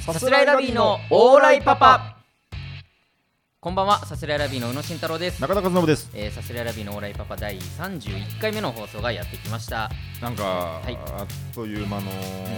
さすらいラビーのオーライパパ。こんばんは、さすらいラビーの宇野慎太郎です。 中田和信です。 さすらいラビーのオーライパパ第31回目の放送がやってきました。 なんか、はい、あっという間の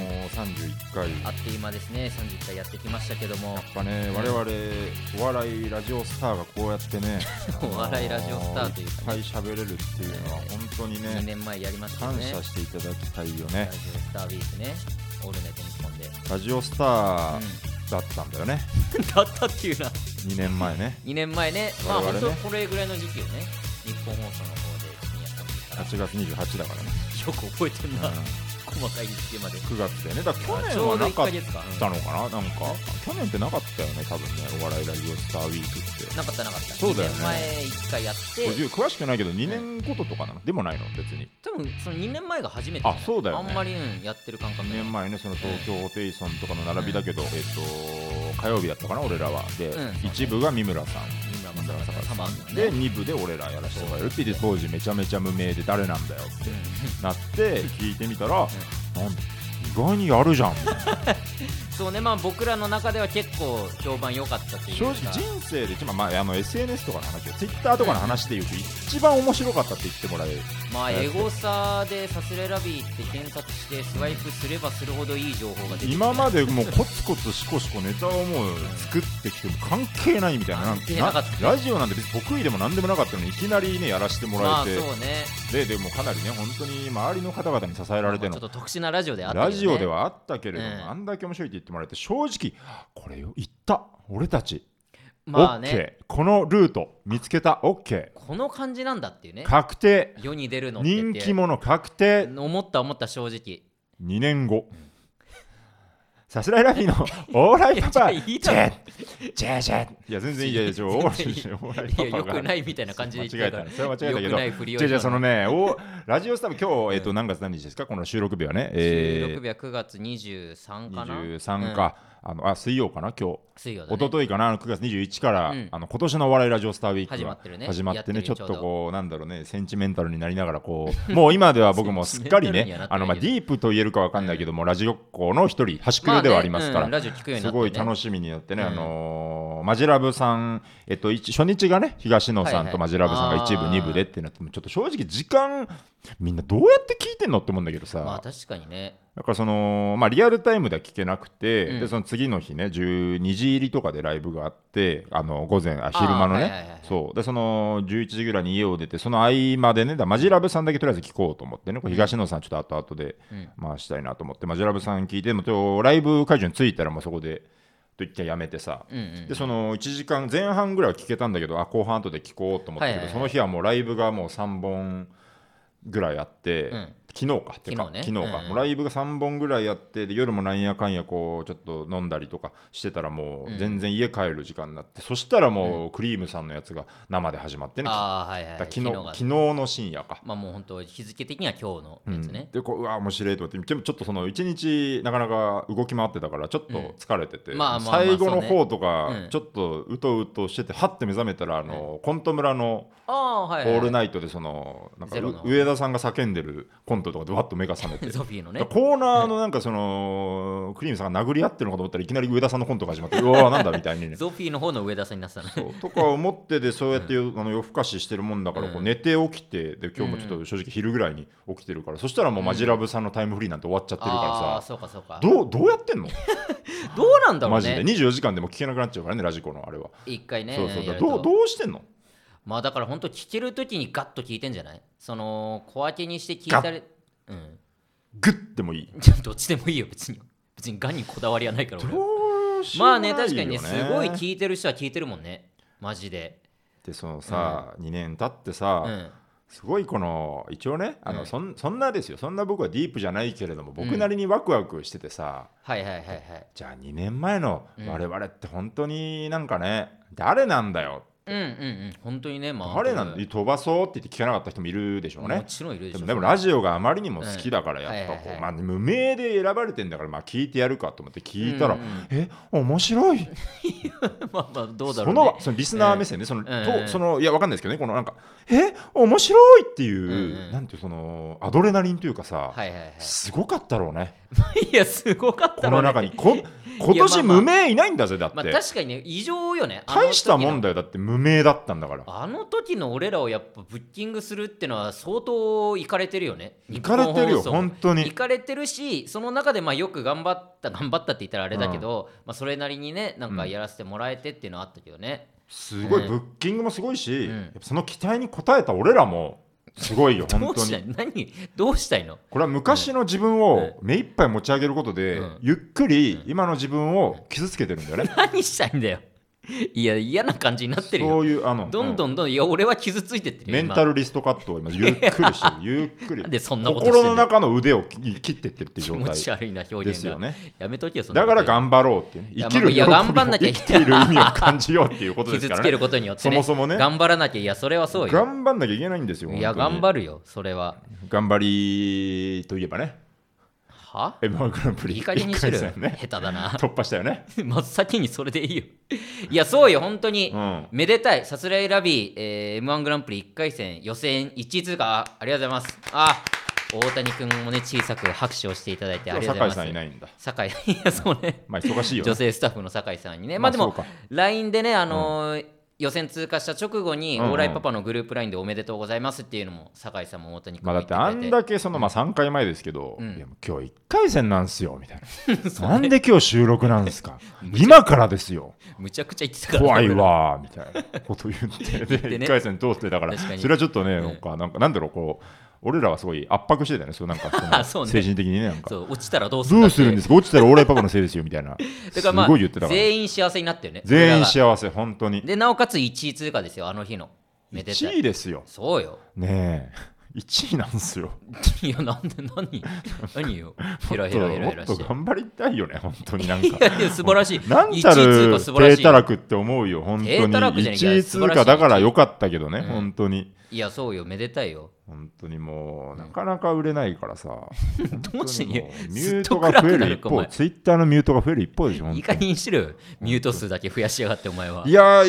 31回、 あっという間ですね。31回やってきましたけども、 やっぱね、我々お笑いラジオスターがこうやってねお笑いラジオスターというか、 いっぱい喋れるっていうのは本当にね、 2年前やりましたよね。 感謝していただきたいよね。 ラジオスターウィークね、オールナイトニッポンでラジオスターだったんだよね、 だったっていうな 2年前ね。 2年前ね、まあ我々ね、 本当これぐらいの時期をね、日本放送の方で深夜3時から 8月28だからね。 よく覚えてんな、細かい日付まで。 9月でね。だから去年はなかったのかな、なんか去年ってなかったよね、多分ね、お笑いラジオスターウィークってなかったなかった。 そうだよね。 2年前1回やって、 詳しくないけど2年ごととかなの、でもないの別に。 多分その2年前が初めてじゃない。 あ、そうだよね。 あんまり、やってる感覚 2年前ね、その東京ホテイソンとかの並びだけど、火曜日だったかな、俺らは。で、1部が三村さん、で2部で俺らやらせてもらえるって言って、当時めちゃめちゃ無名で誰なんだよってなって聞いてみたら、意外にやるじゃんそうね、まあ僕らの中では結構評判良かったというか、 正直人生で一番、SNS とかの話、Twitter とかの話でいうと一番面白かったって言ってもらえる。 まあエゴサでさすらいラビーって検索してスワイプすればするほどいい情報が出てきて、 今までもうコツコツシコシコネタをもう作ってきても関係ないみたいな、ラジオなんて別に得意でもなんでもなかったのにいきなりねやらせてもらえて、 まあそうね、 でもかなりね本当に周りの方々に支えられての、 ちょっと特殊なラジオであったけどね、 ラジオではあったけれども、あんだけ面白いって言ってもらえて、正直これよ言った俺たち、 まあね、 OK、このルート見つけた、 OK、 この感じなんだっていうね、 確定、 世に出るのって人気者確定。 思った正直。 2年後、さすらいラビーのオーライパパいいだろ、 いや全然いいや、オーライパパがよくないみたいな感じで言ってた。 それは間違えたけど、 じゃそのね、ラジオスター今日何月何日ですか、この収録日はね。 収録日は9月23かな。 23か、水曜かな、今日。 水曜だね。 一昨日かな、9月21から、今年のお笑いラジオスターウィークが始まってね、 ちょっとこうなんだろうね、センチメンタルになりながらこう、もう今では僕もすっかりね、ディープと言えるか分かんないけども、ラジオっ子の一人端くれではありますから、すごい楽しみになってね、マジラブさん、初日がね東野さんとマジラブさんが1部2部でってなって、ちょっと正直時間みんなどうやって聞いてんのって思うんだけどさ、 まあ確かにね、 だからその、リアルタイムでは聞けなくて、でその次の日ね12時入りとかでライブがあって、昼間のね、そうでその11時ぐらいに家を出て、その合間でね、マジラブさんだけとりあえず聞こうと思ってね、これ東野さんちょっと後々で回したいなと思って、マジラブさん聞いて、もライブ会場に着いたらもうそこでと一回やめてさ、でその1時間前半ぐらいは聞けたんだけど、後半後で聞こうと思ったけど、その日はもうライブがもう3本ぐらいあって、昨日か、もうライブが3本ぐらいあって、で夜もなんやかんやこうちょっと飲んだりとかしてたら、もう全然家帰る時間になって、そしたらもうクリームさんのやつが生で始まってね、昨日の深夜か、 もう本当日付的には今日のやつね、 でこう面白いと思って、でもちょっとその1日なかなか動き回ってたからちょっと疲れてて、最後の方とかちょっとうとうとしてて、はって目覚めたらコント村のオールナイトで、そのなんか上田さんが叫んでるコントとかでわっと目が覚めてゾフィーのね、 コーナーのなんかそのクリームさんが殴り合ってるのかと思ったら、いきなり上田さんのコントが始まって、うわーなんだみたいにねゾフィーの方の上田さんになってたのとか思ってで、そうやって夜更かししてるもんだから、こう寝て起きて、で今日もちょっと正直昼ぐらいに起きてるから、そしたらもうマジラブさんのタイムフリーなんて終わっちゃってるからさ、 そうかどうやってんのどうなんだろうね、 マジで24時間でも聞けなくなっちゃうからね、ラジコのあれは一回ね。 どうしてんの。 だから本当聞けるときにガッと聞いてんじゃない、その小分けにして聞いたり、 グッでもいいどっちでもいいよ、別にガンにこだわりはないから俺ね、確かにね、すごい聞いてる人は聞いてるもんね、マジで。 でそのさ、2年経ってさ、すごいこの一応ね、そんなですよ、そんな僕はディープじゃないけれども、僕なりにワクワクしててさ、じゃあ2年前の我々って本当になんかね、誰なんだよ、 本当にね、 誰なんだ、飛ばそうって言って聞かなかった人もいるでしょうね。 もちろんいるでしょう。 でもラジオがあまりにも好きだから、やっぱこう、無名で選ばれてんだから、聞いてやるかと思って聞いたら、面白いどうだろうね、 そのリスナー目線ね、いやわかんないですけどね、このなんか面白いっていう、なんていうそのアドレナリンというかさ、すごかったろうね。 いやすごかったろうね。 この中に今年無名いないんだぜ。だって、 まあ、確かにね異常よね。 大したもんだよ。だって無名だったんだから。 あの時の俺らをやっぱブッキングするってのは相当イカれてるよね。 イカれてるよ本当に。 イカれてるし、その中でまあよく頑張ったって言ったらあれだけど、まあ、それなりにねなんかやらせてもらえてっていうのはあったけどね、 すごい、ブッキングもすごいし、やっぱその期待に応えた俺らもすごいよ本当に。 どうしたいの？ これは昔の自分を目いっぱい持ち上げることで、ゆっくり今の自分を傷つけてるんだよね。 何したいんだよ。いや嫌な感じになってるよ。 そういうどんどんいや俺は傷ついてってるよ。 メンタルリストカットを今ゆっくりしてるゆっくり。 なんでそんなことしてんの？ 心の中の腕を切ってってるっていう状態気持ち悪いな表現がですよね。 やめとけよそんなだから頑張ろうっていうね。生きる喜びを生きている意味を感じようっていうことですからね。 傷つけることによってね。 そもそもね。 頑張らなきゃ。いやそれはそうよ。 頑張んなきゃいけないんですよ。 いや頑張るよそれは。 頑張りといえばね。 は M1 グランプリいい加減にしろよ、 ね、 下手だな。 突破したよね。 真っ先にそれでいいよ。いやそうよ本当に、めでたいさすらいラビー、M1 グランプリ1回戦予選1位通過。ありがとうございます。大谷君もね小さく拍手をしていただいてありがとうございます。 酒井さんいないんだ。 酒井いやそうね、 まあ忙しいよ、ね、 女性スタッフの酒井さんにね、まあでも LINE でね予選通過した直後に、オーライパパのグループ LINE でおめでとうございますっていうのも酒井さんも大谷君も言ってくれて、だってあんだけその、3回前ですけど、いや今日1回戦なんすよみたいな、なんで今日収録なんですか今からですよむちゃくちゃ言ってたから、 怖いわみたいなこと言ってで1回戦通ってだからそれはちょっとねなんだろうこう俺らはすごい圧迫してたよね。そうなんかその精神的にねなんか落ちたらどうするんですか落ちたらオーライパパのせいですよみたいなだから、 すごい言ってたから全員幸せになったよね。 全員幸せ本当に。 でなおかつ1位通過ですよあの日の。めでたい 1位ですよ。 そうよねえ1位なんですよ。 いやなんで何よヘラヘラもっと頑張りたいよね本当に。なんかいや素晴らしい。 なんたる低たらくって思うよ本当に。1位通過だからよかったけどね本当に。 いやそうよめでたいよ本当に。もうなかなか売れないからさどうしてミュートが増える一方、ツイッターのミュートが増える一方でしょ。 いい加減にしろよミュート数だけ増やしやがってお前は。 いや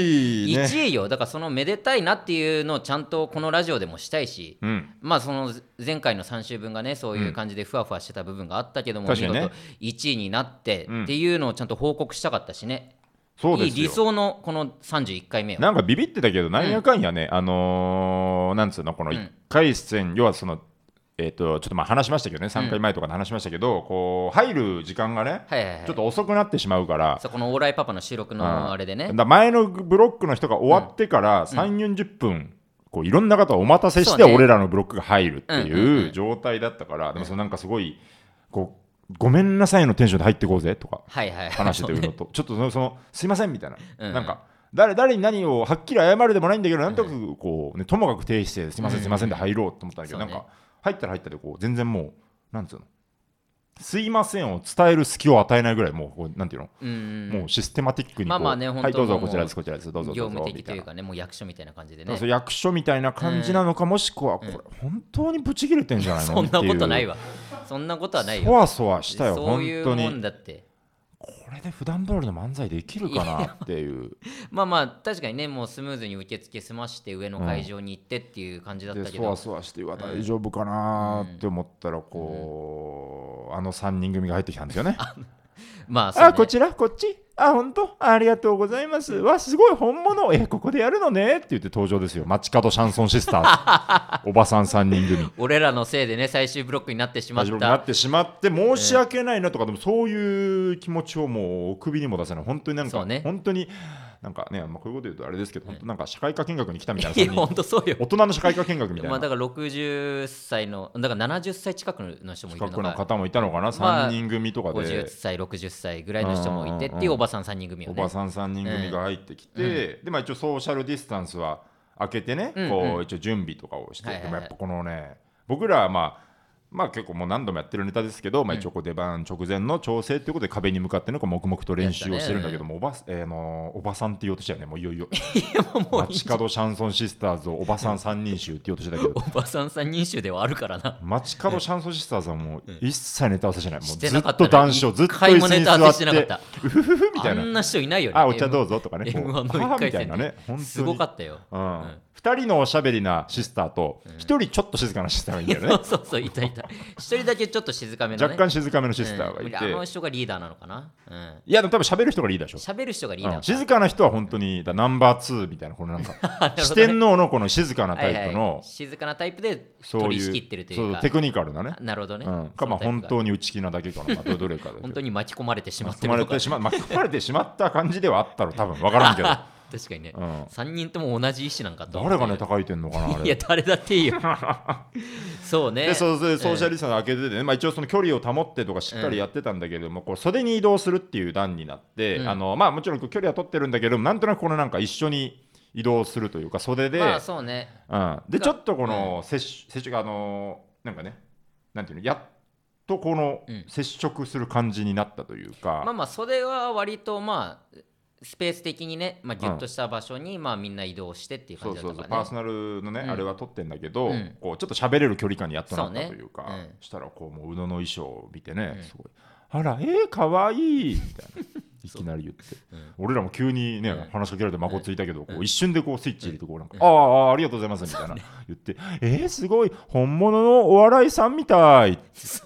1位ね 1位よ。だからそのめでたいなっていうのをちゃんとこのラジオでもしたいし、まあその前回の3週分がねそういう感じでふわふわしてた部分があったけども、見事1位になってっていうのをちゃんと報告したかったしね。 そうですよ。 いい理想のこの31回目よ。 なんかビビってたけどなんやかんやね、なんつうのこの1回戦、要はそのちょっと話しましたけどね3回前とかで話しましたけど、こう入る時間がね、ちょっと遅くなってしまうからこのオーライパパの収録のあれでね、 だ前のブロックの人が終わってから3、40分こういろんな方をお待たせして俺らのブロックが入るっていう状態だったから、でもそのなんかすごいこうごめんなさいのテンションで入っていこうぜとか話してるのと、ちょっとそのすいませんみたいな、なんか誰に何をはっきり謝るでもないんだけど、なんとなくこうねともかく低姿勢ですいませんすいませんで入ろうと思ったんだけど、なんか入ったら入ったでこう全然もうなんつうのすいませんを伝える隙を与えないぐらいもうこうなんていうの、もうシステマティックにこうはいどうぞこちらですこちらですどうぞ業務的というかねもう役所みたいな感じでね、 役所みたいな感じなのか、もしくはこれ本当にブチ切れてんじゃないのそんなことないわ。そんなことはないよ。 そわそわしたよ本当に。 そういうもんだって。 これで普段通りの漫才できるかなっていうまあ確かにねもうスムーズに受付済まして上の会場に行ってっていう感じだったけど、 そわそわして大丈夫かなって思ったらこう、あの3人組が入ってきたんですよね。 まあそうね、 こちらこっち本当ありがとうございますわすごい本物ここでやるのねって言って登場ですよ。街角シャンソンシスターズおばさん3人組俺らのせいでね最終ブロックになってしまって申し訳ないなとか、でもそういう気持ちをもう首にも出せない本当になんか、本当になんかね、こういうこと言うとあれですけど、本当なんか社会科見学に来たみたいな、 本当そうよ大人の社会科見学みたいな。 だから60歳のだから70歳近くの人もいるのか、 近くの方もいたのかな、3人組とかで 50歳60歳ぐらいの人もいてっていうおばさん3人組よね。 おばさん3人組が入ってきて、で一応ソーシャルディスタンスは開けてね、こう一応準備とかをして、でもやっぱこのね僕らは結構もう何度もやってるネタですけど、一応こう出番直前の調整ということで壁に向かっての黙々と練習をしてるんだけども、おばさんって言おうとしたよね。もういよいよ街角シャンソンシスターズをおばさん3人衆って言おうとしたけど、 おばさん3人衆ではあるからな。 街角シャンソンシスターズはもう一切ネタ合わせしない、もうずっと談笑、ずっと椅子に座ってうふふふみたいな、 あんな人いないよね。 お茶どうぞとかね、 M1 の1回戦みたいなね、 すごかったよ。 2 2人のおしゃべりなシスターと1人ちょっと静かなシスターがいいんだよね。 そうそう、いたいた。一人だけちょっと静かめの、ね、 若干静かめのシスターがいて、 あの人がリーダーなのかな。 いやでも多分喋る人がリーダーでしょ。 喋る人がリーダー、 静かな人は本当にナンバー2みたいな、このなんか四天王のこの静かなタイプの静かなタイプで取り仕切ってるというか、 そうテクニカルなね。 なるほどね。 かまあ本当に内気なだけかな、どれかで本当に巻き込まれてしまってる巻き込まれてしまった感じではあったら多分分からんけど確かにね、3人とも同じ意思なんかと誰がね叩いてんのかなあれ。 いや誰だっていいよそうね。 でソーシャリストの開けててね、一応その距離を保ってとかしっかりやってたんだけども、こう袖に移動するっていう段になって、まあもちろん距離は取ってるんだけど、なんとなくこのなんか一緒に移動するというか袖で、 まあそうね、 でちょっとこの接触がなんかね、なんていうの、やっとこの接触する感じになったというか、 まあ袖は割とまあスペース的にね、ギュッとした場所に、みんな移動してっていう感じだったからね。 パーソナルのね、あれは取ってんだけど、こうちょっと喋れる距離感にやっとなったというか、したらこうもう宇野の衣装を見てね、すごいあらかわいいみたいないきなり言って、俺らも急にね、話しかけられて孫ついたけど、こう一瞬でこうスイッチ入れてこうなんか、ありがとうございますみたいな言ってすごい本物のお笑いさんみたい。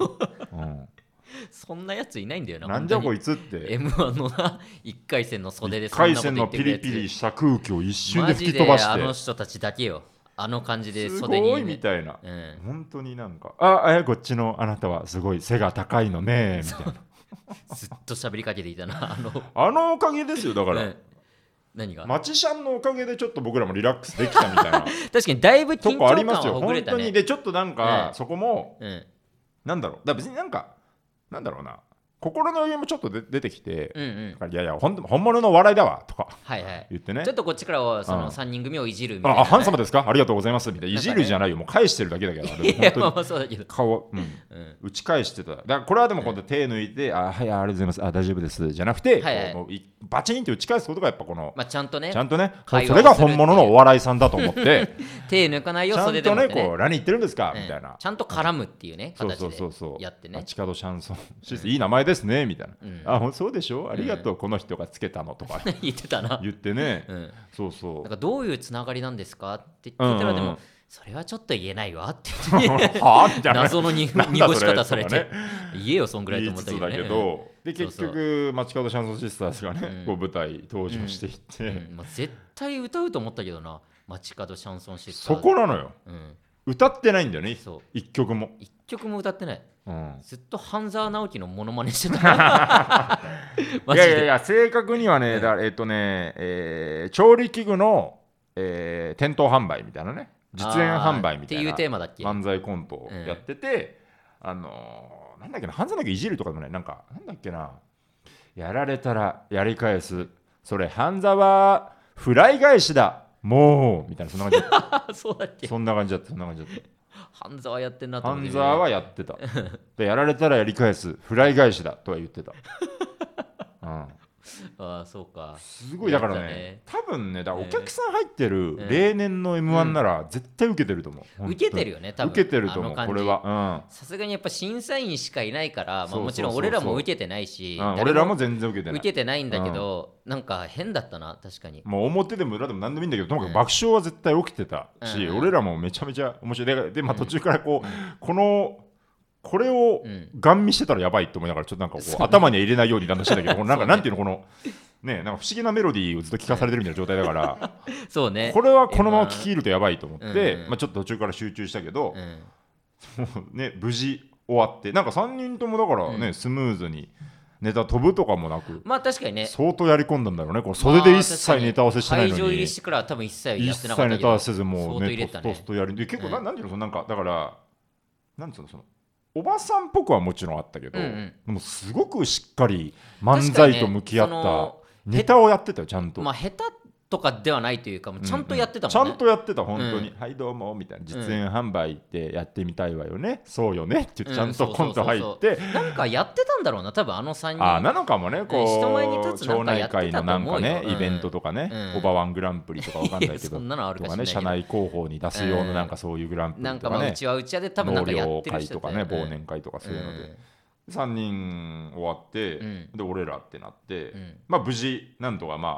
そんなやついないんだよな。 なんじゃこいつって M1 のな1回戦の袖でそんなこと言ってくるやつ、1回戦のピリピリした空気を一瞬で吹き飛ばして、 マジであの人たちだけよ、あの感じで袖に、すごいみたいな、本当になんかこっちのあなたはすごい背が高いのねみたいなずっと喋りかけていたなあのおかげですよ。だから、 何がマチシャンのおかげでちょっと僕らもリラックスできたみたいな確かにだいぶ緊張感はほぐれたね。 本当にでちょっとなんか、そこも、なんだろう、だ別になんだろうな、心の余裕もちょっと出てきて、いやいや本物の笑いだわとか言ってね、 ちょっとこっちからはその3人組をいじるみたいな、 ハンサムですかありがとうございますみたいな、いじるじゃないよ、もう返してるだけだけど、 いやまあそうだけど顔打ち返してた。だからこれはでも今度手抜いて、はいありがとうございます、大丈夫ですじゃなくて、バチンって打ち返すことがやっぱこのちゃんとねそれが本物のお笑いさんだと思って手抜かないよ、袖でもちゃんとね、こう何言ってるんですかみたいな、 ちゃんと絡むっていうね形でやってね、 街角シャンソンいい名前ですねみたいな、そうでしょ、ありがとう、この人がつけたのとか言ってたな、 言ってね、そうそう、 なんかどういうつながりなんですかって言ったら、でもそれはちょっと言えないわって言って謎の濁し方されて、言えよそんぐらいと思ったけどね。 だけどで結局街角シャンソンシスターズがね、こう舞台登場していって、 絶対歌うと思ったけどな、街角シャンソンシスターズ。そこなのよ、歌ってないんだよね、一曲も歌ってない、ずっと半沢直樹のモノマネしてたいや正確にはね、調理器具の、店頭販売みたいなね、実演販売みたいなっていうテーマだっけ、 漫才コントをやってて、なんだっけな、半沢直樹いじるとかでもね、なんだっけな、やられたらやり返す、それ半沢フライ返しだもうみたいな、そんな感じだったそうだっけ、 そんな感じだった半沢やってんなと思って、 半沢はやってたで、やられたらやり返すフライ返しだとは言ってたそうか、 すごいだからね、多分ね、だからお客さん入ってる例年の M1 なら絶対受けてると思う。 受けてるよね、多分受けてると思う、これは。 さすがにやっぱ審査員しかいないから、もちろん俺らも受けてないし、 俺らも全然受けてないんだけど、なんか変だったな、確かに。 もう表でも裏でも何でもいいんだけど、ともかく爆笑は絶対起きてたし、俺らもめちゃめちゃ面白い。で、途中からこう、これをガン見してたらやばいと思いながら、ちょっとなんかこう頭には入れないようにだんだんしてたけど、なんていうの、このね、なんか不思議なメロディーをずっと聞かされてるみたいな状態だからそうね、 これはこのまま聞き入るとやばいと思って、ちょっと途中から集中したけど、もうね、無事終わって、なんか3人ともだからね、スムーズにネタ飛ぶとかもなく、 確かにね、 相当やり込んだんだろうね。これ袖で一切ネタ合わせしてないのに、 会場入りしてから多分一切やってなかったけど、 一切ネタ合わせずもうね、トストやりで、結構なんていうの、なんかだからなんつうの、そのおばさんっぽくはもちろんあったけど、でもすごくしっかり漫才と向き合ったネタをやってたよ、ちゃんと。 下手とかではないというか、ちゃんとやってたもんね。 ちゃんとやってた、本当に。はい、どうもみたいな、実演販売ってやってみたいわよね、そうよねってちゃんとコント入って、 なんかやってたんだろうな、多分あの3人。 なのかもね、こう人前に立つなんかやってたと思うよ。 町内会のなんかね、イベントとかね、オバワングランプリとかわかんないけど、 そんなのあるかしらないけど、 社内広報に出す用のなんかそういうグランプリとかね、 うちはうちわで多分なんかやってる人とかね、忘年会とかそういうので。3人終わって、で俺らってなって、無事なんとか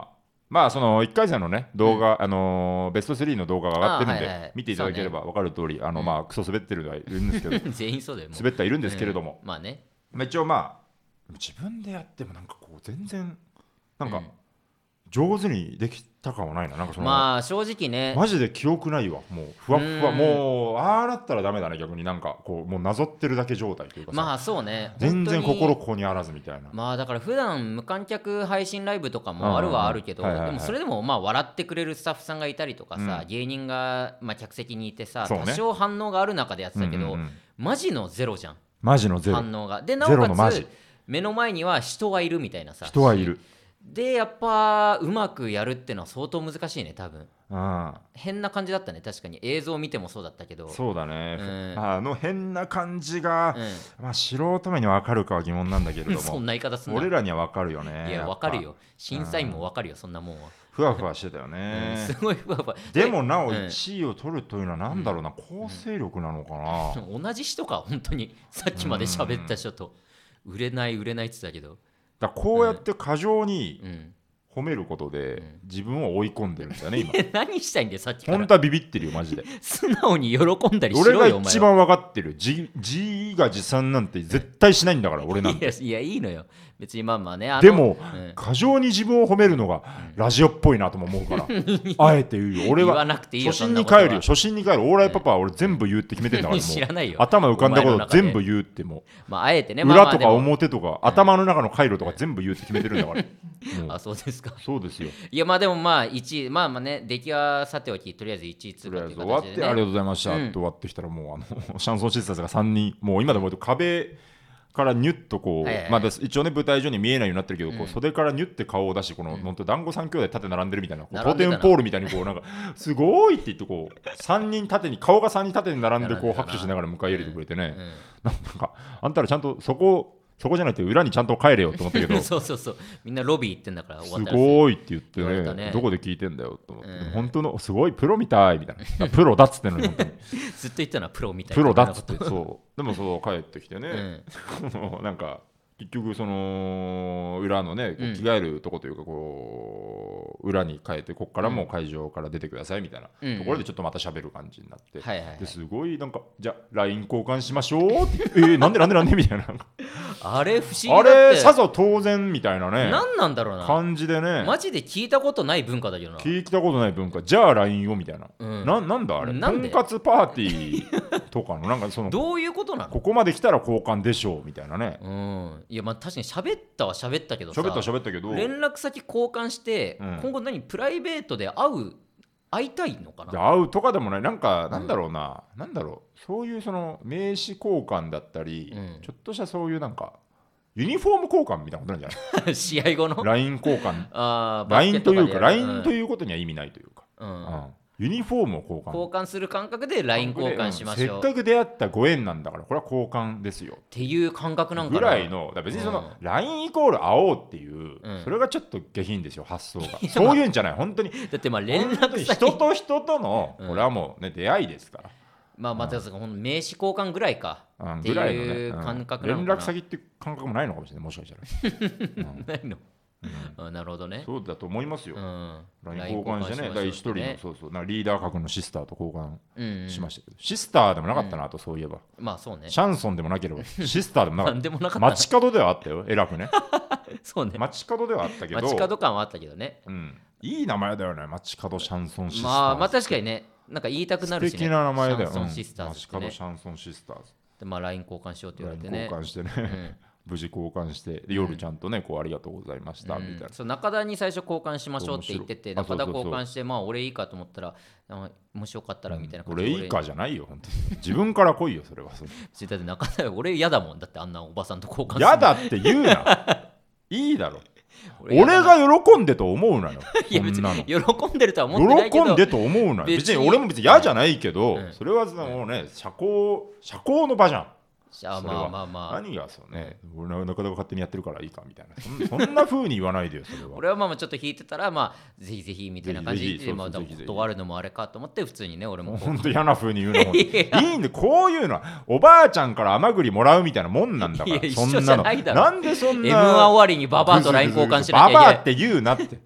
まあその1回戦のね動画、ベスト3の動画が上がってるんで、見ていただければ分かる通り、まあクソ滑ってるのはいるんですけど全員そうだよ。 滑ってはいるんですけれども、 まあね、 一応まあ自分でやってもなんかこう全然なんか上手にできた感はないな。なんかそのまあ正直ね、 マジで記憶ないわ。もうふわっふわ、もうああなったらダメだね。逆になんかこうもうなぞってるだけ状態というかさ、 まあそうね、 全然心ここにあらずみたいな。 まあだから普段無観客配信ライブとかもあるはあるけど、でもそれでもまあ笑ってくれるスタッフさんがいたりとかさ、芸人がまあ客席にいてさ、多少反応がある中でやってたけど、マジのゼロじゃん。 マジのゼロ。 反応が。でなおかつ目の前には人はいるみたいなさ。 人はいる。 でやっぱうまくやるってのは相当難しいね多分。 あ変な感じだったね確かに。映像を見てもそうだったけど。 そうだね、変な感じが、まあ素人目に分かるかは疑問なんだけれどもそんな言い方すんな。 俺らには分かるよね。 いや分かるよ、審査員も分かるよ、そんなもんは。 ふわふわしてたよね、 すごいふわふわ。 でもなお1位を取るというのは何だろうな、構成力なのかな、 同じ人か本当に。さっきまで喋った人と売れないって言ってたけど、 だこうやって過剰に褒めることで自分を追い込んでるんだよね今。 何したいんだよさっきから。 本当はビビってるよマジで。 素直に喜んだりしろよ。 俺が一番分かってる。自画自賛なんて絶対しないんだから俺なんて。 いやいいのよ別に。まあまあね。 でも、過剰に自分を褒めるのがラジオっぽいなとも思うから、あえて言うよ。俺は初心に帰るよ。初心に帰る。オーライパパは俺全部言うって決めてんだから、もう知らないよ。 頭浮かんだこと全部言うってもう、 まああえてね、 裏とか表とか頭の中の回路とか全部言うって決めてるんだから。 あ、そうですか。 そうですよ。 いやまあでもまあ1位、まあまあね、出来はさておき、とりあえず1位通過という形で、ね、 終わってありがとうございましたって終わってきたら、もうシャンソンシスターズが3人、もう今でも壁からニュッとこう、まあ一応ね舞台上に見えないようになってるけど、こう袖からニュッて顔を出して、この本当団子三兄弟縦並んでるみたいな、トーテムポールみたいにこうなんかすごいって言ってこう3人縦に顔が3人縦に並んでこう拍手しながら迎え入れてくれてね、なんかあんたらちゃんとそこじゃないと裏にちゃんと帰れよと思ったけどそうみんなロビー行ってんだから終わったらすごいって言ってね、どこで聞いてんだよと思って、本当のすごいプロみたいみたいな、プロだっつってんのに本当にずっと言ったのはプロみたいな、プロだっつって。そうでもそう帰ってきてね、なんか結局その裏のね、着替えるとこというかこう裏に帰って、ここからもう会場から出てくださいみたいなところでちょっとまた喋る感じになって、ですごいなんかじゃあ LINE 交換しましょうってなんでみたいなあれ不思議だって、 あれさぞ当然みたいなね、 何なんだろうな感じでね、 マジで聞いたことない文化だけどな。 聞いたことない文化、じゃあ LINE をみたいな、なんだあれ、とんかつパーティーとかのなんかそのどういうことなの、 ここまで来たら交換でしょうみたいなね。 いやまあ確かに喋ったけどさ、 喋ったけど連絡先交換して、今後プライベートで会いたいのかな。 会うとかでもない、なんかなんだろうな、なんだろう、そういうその名刺交換だったり、ちょっとしたそういうなんかユニフォーム交換みたいなことなんじゃない試合後の LINE 交換、LINE というか LINE ということには意味ないというか、ユニフォームを交換する感覚で LINE 交換しましょう、 せっかく出会ったご縁なんだからこれは交換ですよっていう感覚なんかなぐらいの、別にその LINE イコール会おうっていう、それがちょっと下品ですよ発想が。そういうんじゃない本当に。 だってまあ連絡先人と人とのこれはもうね出会いですから。 まあまた名刺交換ぐらいかっていう感覚なのかな。 連絡先っていう感覚もないのかもしれない、もしかしたらないの。なるほどね。 そうだと思いますよ。LINE 交換してね、第一人のなんかリーダー格のシスターと交換しましたけど、シスターでもなかったなと、そういえば。 まあそうね。 シャンソンでもなければシスターでもなかった。街角ではあったよ、偉くね。 そうね。 街角ではあったけど。 街角感はあったけどね。 いい名前だよね、街角シャンソンシスターズ。 まあ確かにね、なんか言いたくなるしね。 素敵な名前だよ。 シャンソンシスターズ。 街角シャンソンシスターズ。 でまあ LINE 交換しようって言われてね。 交換してね。無事交換して夜ちゃんとねこうありがとうございましたみたいな、 そう中田に最初交換しましょうって言ってて、中田交換してまあ俺いいかと思ったらもしよかったらみたいな感じで、 俺いいかじゃないよ本当に自分から来いよそれは。だって中田俺嫌だもんだって、あんなおばさんと交換する嫌だって言うないいだろ俺が喜んでと思うなよ。 いや別に喜んでるとは思ってないけど、 喜んでと思うなよ。別に俺も別に嫌じゃないけど、それはもうね社交の場じゃん。 まあ何がそうね、俺はなかなか勝手にやってるからいいかみたいな、そんな風に言わないでよそれは。 俺はまあちょっと引いてたらぜひぜひみたいな感じで断るのもあれかと思って普通にね俺も本当嫌な風に言うのもいいんで、こういうのはおばあちゃんから甘栗もらうみたいなもんなんだから。そんなのなんでそんな M1 終わりにババアと LINE 交換しなきゃいけない。 ババアって言うなって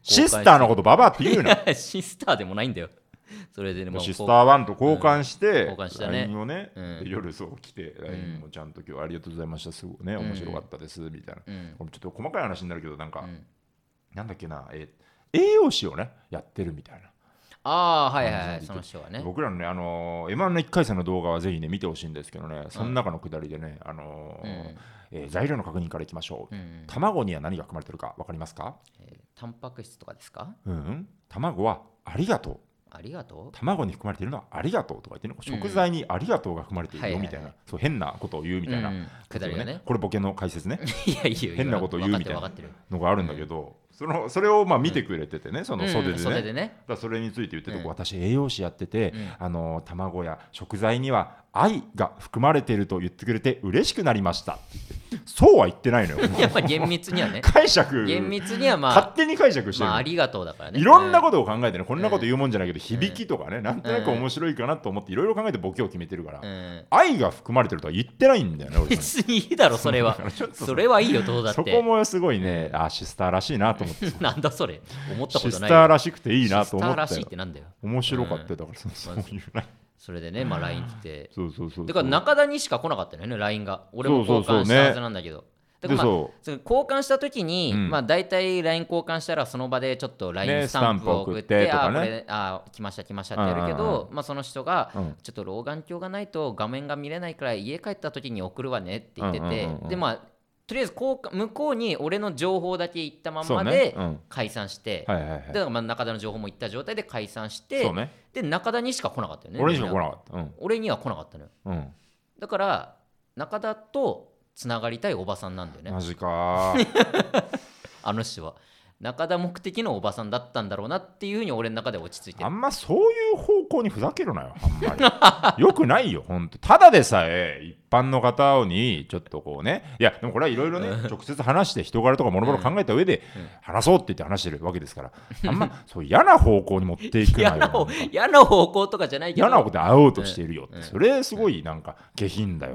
シスターのことババアって言うなシスターでもないんだよ。それでね、もうシスター1と交換して、 交換したね LINE をね、で夜そう来て LINE もちゃんと今日ありがとうございました、すごいね面白かったですみたいな、これちょっと細かい話になるけどなんか、なんだっけな、栄養士をねやってるみたいな。 ああー、はいはいはい、その人はね。 僕らのね、M1 の1回戦の動画はぜひね見てほしいんですけどね、その中のくだりでね、材料の確認からいきましょう、卵には何が含まれてるか分かりますか？ タンパク質とかですか？ 卵はありがとう。 ありがとう。 卵に含まれているのはありがとうとか言ってね、食材にありがとうが含まれているよみたいな、そう変なことを言うみたいな、 くだりがね。 これボケの解説ね。 いやいいよ、 変なことを言うみたいなのがあるんだけど、それをまあ見てくれててね、その袖でね。だそれについて言ってて、私栄養士やってて、卵や食材には愛が含まれていると言ってくれて嬉しくなりましたって言って、そうは言ってないのよ。 やっぱ厳密にはね。 解釈。 厳密にはまあ勝手に解釈してる。 まあありがとうだからね。 いろんなことを考えてね、こんなこと言うもんじゃないけど、響きとかね、なんとなく面白いかなと思っていろいろ考えてボケを決めてるから、愛が含まれてるとは言ってないんだよね。 別にいいだろそれは。それはいいよどうだって。 そこもすごいね、シスターらしいなと思って。 なんだそれ。思ったことない。 シスターらしくていいなと思って。シスターらしいってなんだよ。 面白かっただからそういうね。 それでね、まあ LINE 来て。 そう。 だから中田にしか来なかったよね、LINE が。俺も交換したはずなんだけど。だからまあ交換した時に、まあ大体 LINE 交換したらその場でちょっと LINE スタンプを送って、これ来ましたってやるけど、まあその人がちょっと老眼鏡がないと画面が見れないから家帰った時に送るわねって言ってて、でまあとりあえず向こうに俺の情報だけ言ったままで解散して、でまあ中田の情報も言った状態で解散して、で中田にしか来なかったよね。 俺にしか来なかった。 俺には来なかったのよ。だから中田とつながりたいおばさんなんだよね。 マジかあの人は中田目的のおばさんだったんだろうなっていうふうに俺の中で落ち着いてる。 あんまそういう方向にふざけるなよ、あんまりよくないよ本当。ただでさえ一般の方にちょっとこうね、いやでもこれはいろいろね直接話して人柄とかもろもろ考えた上で話そうって言って話してるわけですから、あんまそう嫌な方向に持っていくなよ嫌な方向とかじゃないけど、 嫌な方向で会おうとしているよって、それすごいなんか下品だよ。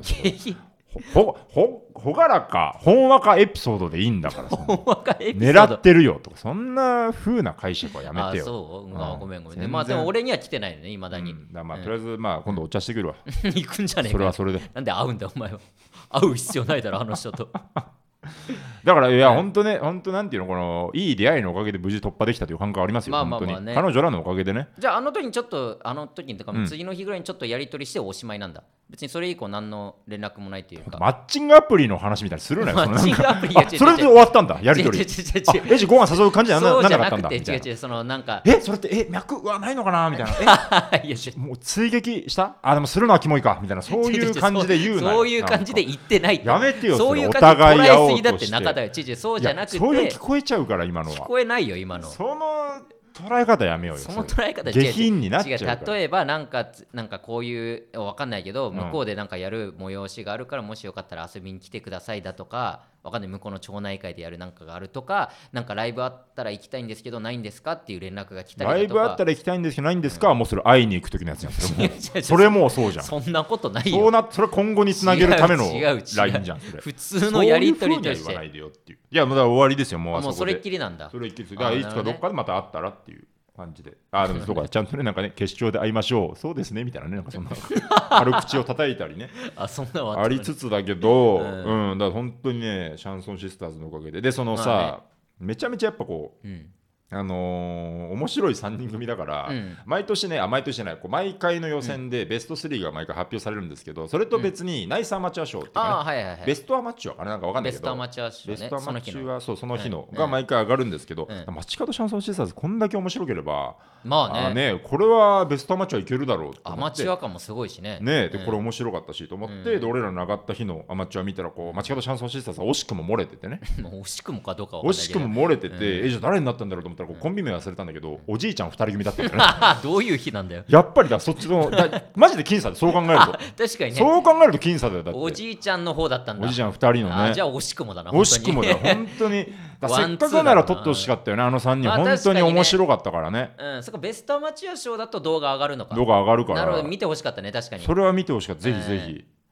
ほがらかほんわかエピソードでいいんだから狙ってるよとかそんな風な解釈はやめてよ。 そう、ごめんね。まあでも俺には来てないよねいまだに。 まあとりあえずまあ今度お茶してくるわ。 行くんじゃねえか。 それはそれで。 なんで会うんだよお前は。会う必要ないだろあの人と。 だからいや本当ね、本当なんていうの、このいい出会いのおかげで無事突破できたという感覚ありますよ。本当に彼女らのおかげでね。 じゃああの時にちょっととか次の日ぐらいにちょっとやり取りしておしまいなんだ。別にそれ以降何の連絡もないというか。 マッチングアプリの話みたいにするなよ。 マッチングアプリがそれで終わったんだやり取り。えじご飯誘う感じじゃなかったんだ。 違うそのなんかそれって脈はないのかなみたいな。もう追撃したでもするのはキモいかみたいな、そういう感じで言うなよ。 そういう感じで言ってない。 やめてよ。 そういう感じで捉えすぎだって中田よ。そうじゃなくて、 そういう聞こえちゃうから今のは。 聞こえないよ今の。 その捉え方やめようよ。 その捉え方下品になっちゃうから。 例えばなんかこういうわかんないけど、向こうでなんかやる催しがあるからもしよかったら遊びに来てくださいだとか、わかんない向こうの町内会でやるなんかがあるとか、なんかライブあったら行きたいんですけどないんですかっていう連絡が来たりだとか。 ライブあったら行きたいんですけどないんですか、もうそれ会いに行く時のやつやん。それもうそうじゃん。 そんなことないよ。 それ今後につなげるための LINE じゃん。 普通のやり取りとして。 いやもう終わりですよ。もうそれっきりなんだ。 それっきり。だからいつかどっかでまた会ったらっていう感じで。でもそうか、ちゃんとねなんかね決勝で会いましょう。そうですねみたいなね、なんかそんな軽口を叩いたりね。 そんなありつつだけど、だから本当にねシャンソンシスターズのおかげで、そのさ、めちゃめちゃやっぱこう。面白い3人組だから、毎年ね毎年じゃない毎回の予選でベスト3が毎回発表されるんですけど、それと別にナイスアマチュア賞っていうかね、ベストアマチュアかな、なんかわかんないけど、 ベストアマチュア賞ね、 ベストアマチュアその日のが毎回上がるんですけど、街角シャンソンシスターズこんだけ面白ければまあねこれはベストアマチュアいけるだろうと思って、 アマチュア感もすごいしねでこれ面白かったしと思って、で俺らの上がった日のアマチュア見たらこう街角シャンソンシスターズは惜しくも漏れててね惜しくもかどうかわかんないけど、 惜しくも漏れてて、じゃあ誰になったんだろうと思ったらコンビ名忘れたんだけど、おじいちゃん2人組だったんだよね。 どういう日なんだよ。 やっぱりそっちのマジで僅差で、そう考えると確かにね、 そう考えると僅差だよ。だっておじいちゃんの方だったんだ。 おじいちゃん2人のね。 じゃあ惜しくもだな。 惜しくもだよ本当に。せっかくなら取ってほしかったよね、あの3人。本当に面白かったからね。 そこベストアマチュア賞だと動画上がるのか。 動画上がるから。 なるほど、見てほしかったね。確かにそれは見てほしかった。ぜひぜひ。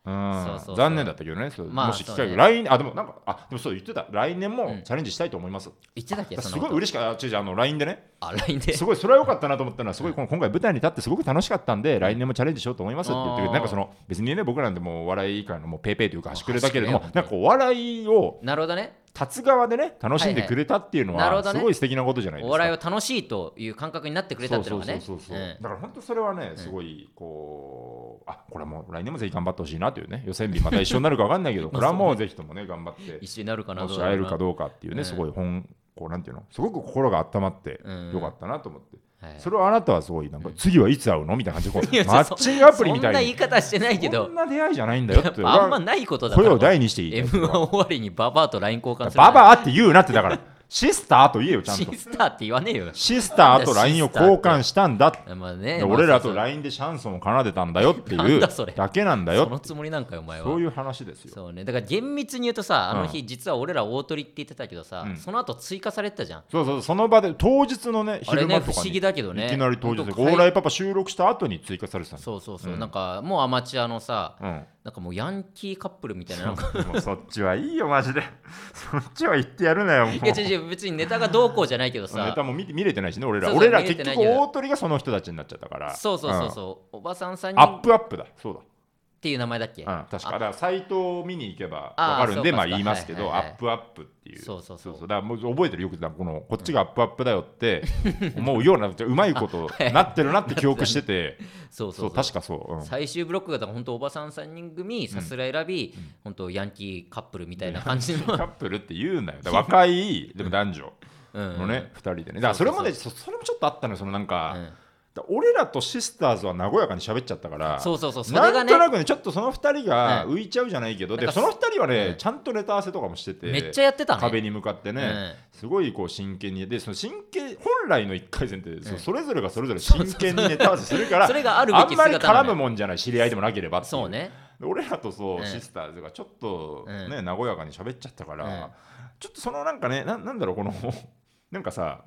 残念だったけどね。もし機会が来年でもなんかでもそう言ってた、来年もチャレンジしたいと思います。 言ってたっけ？ すごい嬉しかった。LINE でね。 LINE ですごいそれは良かったなと思ったのは、すごい今回舞台に立ってすごく楽しかったんで、来年もチャレンジしようと思いますって言って、なんかその別にね、僕らなんてもう笑い界のもうペーペーというか端くれだけれども、なんかこう笑いをなるほどね、 立つ側でね楽しんでくれたっていうのはすごい素敵なことじゃないですか。 お笑いを楽しいという感覚になってくれたっていうのがね。 だから本当それはね、すごいこうこれはもう来年もぜひ頑張ってほしいなというね。予選日また一緒になるか分かんないけどこれはもうぜひともね頑張って一緒になるかな、 もし会えるかどうかっていうね、すごいこうなんていうの、すごく心が温まってよかったなと思って、それをあなたはすごいなんか次はいつ会うのみたいな感じでマッチングアプリみたいにそんな言い方してないけど、 そんな出会いじゃないんだよってあんまないことだから、 声を大にしていい M1 終わりにババアと LINE 交換する、 ババアって言うなって、だからシスターと言えよちゃんと。 シスターって言わねえよ。 シスターと LINE を交換したんだって、俺らとラ LINE でシャンソンを奏でたんだよっていうだけなんだよ。 そのつもりなんかよお前は。 そういう話ですよ。 そうね、だから厳密に言うとさ、あの日実は俺ら大鳥って言ってたけどさ、その後追加されてたじゃん。 そうその場で当日のね昼間とかに不思議だけどね、 いきなり当日でオーライパパ収録した後に追加されてたんだ。 そう、なんかもうアマチュアのさ、なんかもうヤンキーカップルみたいな、なんかもうそっちはいいよマジでそっちは言ってやるなよ。もういや違う別にネタがどうこうじゃないけどさ、 ネタも見れてないしね俺ら。 そう俺ら結局大鳥がその人たちになっちゃったから。 そうおばさん3人アップだそうだっていう名前だっけ。 確かだからサイトを見に行けば分かるんでまあ言いますけど、アップっていう、 そうだからもう覚えてるよくこっちがアップだよって思うようなうまいことなってるなって記憶しててそう確かそう、 最終ブロックが本当おばさん3人組さすらい選び、本当ヤンキーカップルみたいな感じのカップルって言うんだよ。若いでも男女のね2人でね。だからそれもねそれもちょっとあったのよ。そのなんか俺らとシスターズは和やかに喋っちゃったから、 それがね、 なんとなくねちょっとその2人が浮いちゃうじゃないけど、でその2人はねちゃんとネタ合わせとかもしてて、 めっちゃやってたね、 壁に向かってね、すごいこう真剣に。でその真剣本来の1回戦ってそれぞれがそれぞれ真剣にネタ合わせするからそれがあるべきあんまり絡むもんじゃない、知り合いでもなければっていう。 そうね、 俺らとシスターズがちょっとね和やかに喋っちゃったから、ちょっとそのなんかねなんだろうこのなんかさ、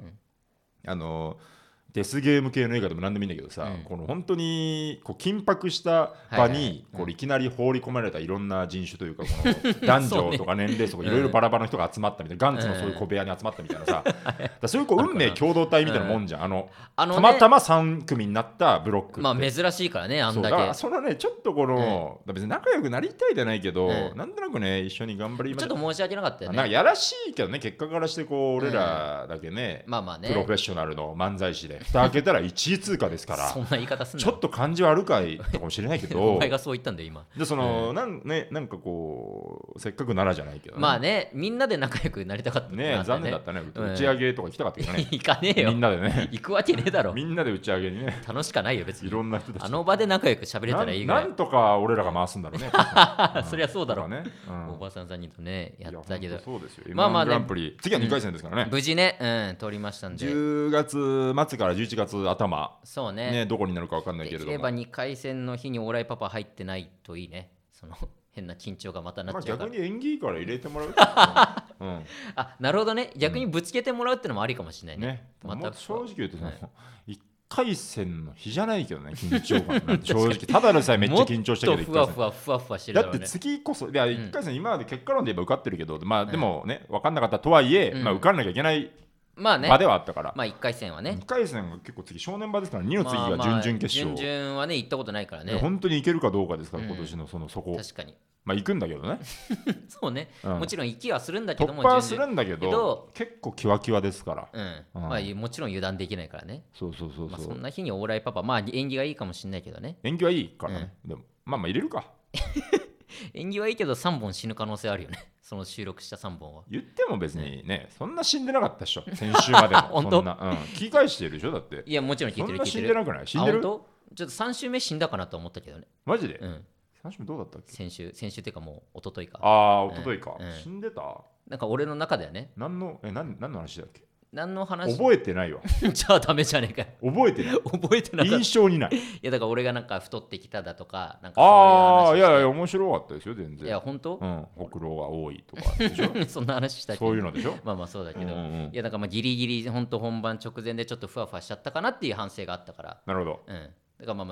デスゲーム系の映画でも何でもいいんだけどさ、この本当にこう緊迫した場にこういきなり放り込まれたいろんな人種というかこの男女とか年齢層とかいろいろバラバラの人が集まったみたいな、ガンツのそういう小部屋に集まったみたいなさ、そういうこう運命共同体みたいなもんじゃん。たまたま3組になったブロックって、 まあ珍しいからね、あんだけ。 そのねちょっとこの別に仲良くなりたいじゃないけど、なんとなくね一緒に頑張りましょう。 ちょっと申し訳なかったよね。 なんかやらしいけどね、結果からしてこう俺らだけね、 まあまあね、 プロフェッショナルの漫才師で蓋開けたら1位通過ですからそんな言い方すんな。 ちょっと感じ悪かいかもしれないけどお前がそう言ったんだよ今。 でなんかこうせっかくならじゃないけど、 まあね、みんなで仲良くなりたかったね。残念だったね。打ち上げとか行きたかったけどね。 行かねえよ。 みんなでね。 行くわけねえだろ。 みんなで打ち上げにね。 楽しかないよ別に。 いろんな人たち。 あの場で仲良く喋れたらいいぐらい。 なんとか俺らが回すんだろうね。 そりゃそうだろうね。 おばさん3人とねやったけど。 そうですよ。 まあまあね。 グランプリ次は2回戦ですからね。 無事ね、通りましたんで。 10月末から11月頭。 そうね。 どこになるか分かんないけれども。 できれば2回戦の日にオーライパパ入ってないといいね。その変な緊張がまたなっちゃうから。 逆に演技から入れてもらう。 あ、なるほどね。逆にぶつけてもらうってのもありかもしれないね。 また正直言うと1回戦の日じゃないけどね、緊張感なんて正直ただでさえめっちゃ緊張したけどふわふわしてるだって次こそいや1回戦今まで結果論で言えば受かってるけど、まあでもね分かんなかったとはいえ、まあ受かんなきゃいけない場ではあったから、 まあ1回戦はね、 2回戦が結構次正念場ですから、2の次が準々決勝、 準々はね行ったことないからね、 本当にいけるかどうかですから、今年のそこ確かにまあ行くんだけどねそうね、もちろん行きはするんだけども、 突破はするんだけど結構キワキワですから、 まあもちろん油断できないからね。 そうそんな日にオーライパパ、まあ縁起がいいかもしれないけどね。 縁起はいいからね、でもまあ入れるか縁起はいいけど3本死ぬ可能性あるよねその収録した3本は。 言っても別にね、そんな死んでなかったでしょ先週までも本当そんな、聞き返してるでしょだって。 いやもちろん聞いてる。 そんな死んでなくない？死んでる？ ちょっと3週目死んだかなと思ったけどね。 マジで3週目どうだったっけ？ 先週っていうかもう一昨日か。 一昨日か、死んでた？なんか俺の中ではね。 何の話だっけ？ 何の話？ 覚えてないわじゃあダメじゃねえかよ。 覚えてない。印象にない。いやだから俺がなんか太ってきただとか、なんかそういう話。 いや面白かったですよ全然。 いや本当？ ほくろが多いとかでしょそんな話したけど。 そういうのでしょ。 まあそうだけど、いやだからまあギリギリ本番直前でちょっとふわふわしちゃったかなっていう反省があったから。 なるほど。 だからま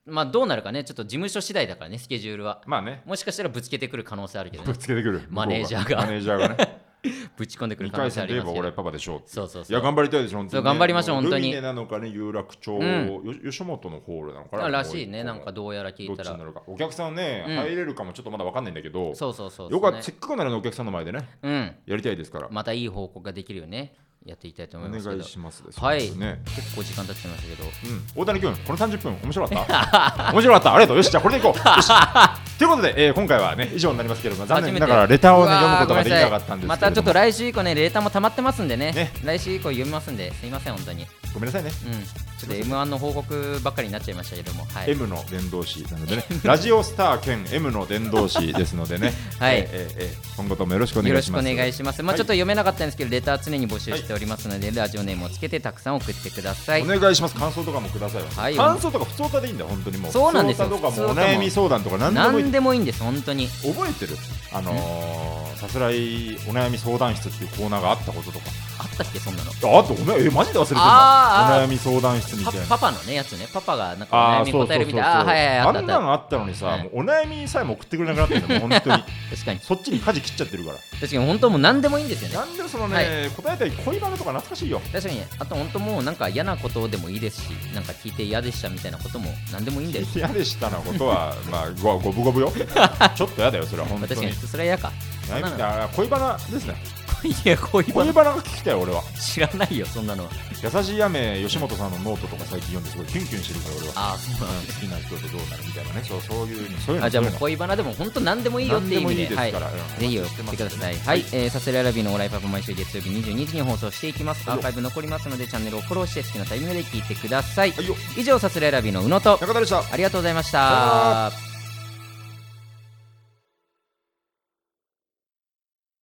まあどうなるかね、ちょっと事務所次第だからね、スケジュールは。 まあね、 もしかしたらぶつけてくる可能性あるけどね。 ぶつけてくるマネージャーがマネージャーがねぶち込んでくる 2 可能回性ありますけど。 戦といえば俺パパでしょう。 そうそうそう。 いや頑張りたいです本当に、ね、 そう頑張りましょう本当に。 ルミネなのかね、有楽町、吉本のホールなのかならしいね、なんかどうやら聞いたら。 どっちになるか。お客さんね、入れるかもちょっとまだ分かんないんだけど、 そうそうそう。 よかった、せっかくならお客さんの前でね、やりたいですから。 またいい報告ができるよね。やっていきたいと思いますけど。 お願いしますです。 はい。ね、結構時間経ってましたけど。 大谷君、この30分面白かった面白かった。ありがとう。よし、じゃあこれでいこう。よしということで、今回はね、以上になりますけれども、残念ながらレターをね、読むことができなかったんですけど。 またちょっと来週以降ね、レターも溜まってますんでね。来週以降読みますんで、すいません、本当に。 ごめんなさいね。 ちょっと M1 の報告ばっかりになっちゃいましたけども。 M の伝道師なのでね、ラジオスター兼 M の伝道師ですのでね、 はい。 今後ともよろしくお願いします。 よろしくお願いします。まあちょっと読めなかったんですけど、レター常に募集しておりますので、ラジオネームをつけてたくさん送ってください。 お願いします。感想とかもください。感想とか普通歌でいいんだ、本当にもう。 そうなんですよ。 普通歌とかもお悩み相談とか何でもいいんです、本当に。 覚えてる？さすらいお悩み相談室っていうコーナーがあったこととか。 あったっけ、そんなの。 あと、マジで忘れてるんだ。お悩み相談室みたいな。 パパのね、やつね。パパがなんかお悩み答えるみたいな。 あんなのあったのにさ、もうお悩みさえも送ってくれなくなってるんだよ、本当に。 確かに。 そっちに舵切っちゃってるから。 確かに、本当もう何でもいいんですよね。 何でもそのね、答えたい恋バナとか懐かしいよ。 確かに、あと本当もうなんか嫌なことでもいいですし、なんか聞いて嫌でしたみたいなことも何でもいいんだよ。 嫌でしたなことは、まあ、五分五分よ。ちょっと嫌だよ、それは本当に。 確かに、それは嫌か。 恋バナですね。 いや、恋バナが聞きたい俺は。 知らないよ、そんなのは。 優しい雨、吉本さんのノートとか最近読んですごいキュンキュンしてるから俺は。 ああ、そうなん好きな人とどうなるみたいなね。そういうの。 じゃあもう恋バナでも本当何でもいいよっていう意味で、ぜひ送ってください。はい、サスレラビのオーライパパ毎週月曜日22時に放送していきます。アーカイブ残りますのでチャンネルをフォローして好きなタイミングで聞いてください。以上、サスレラビの宇野と中田でした。 ありがとうございました。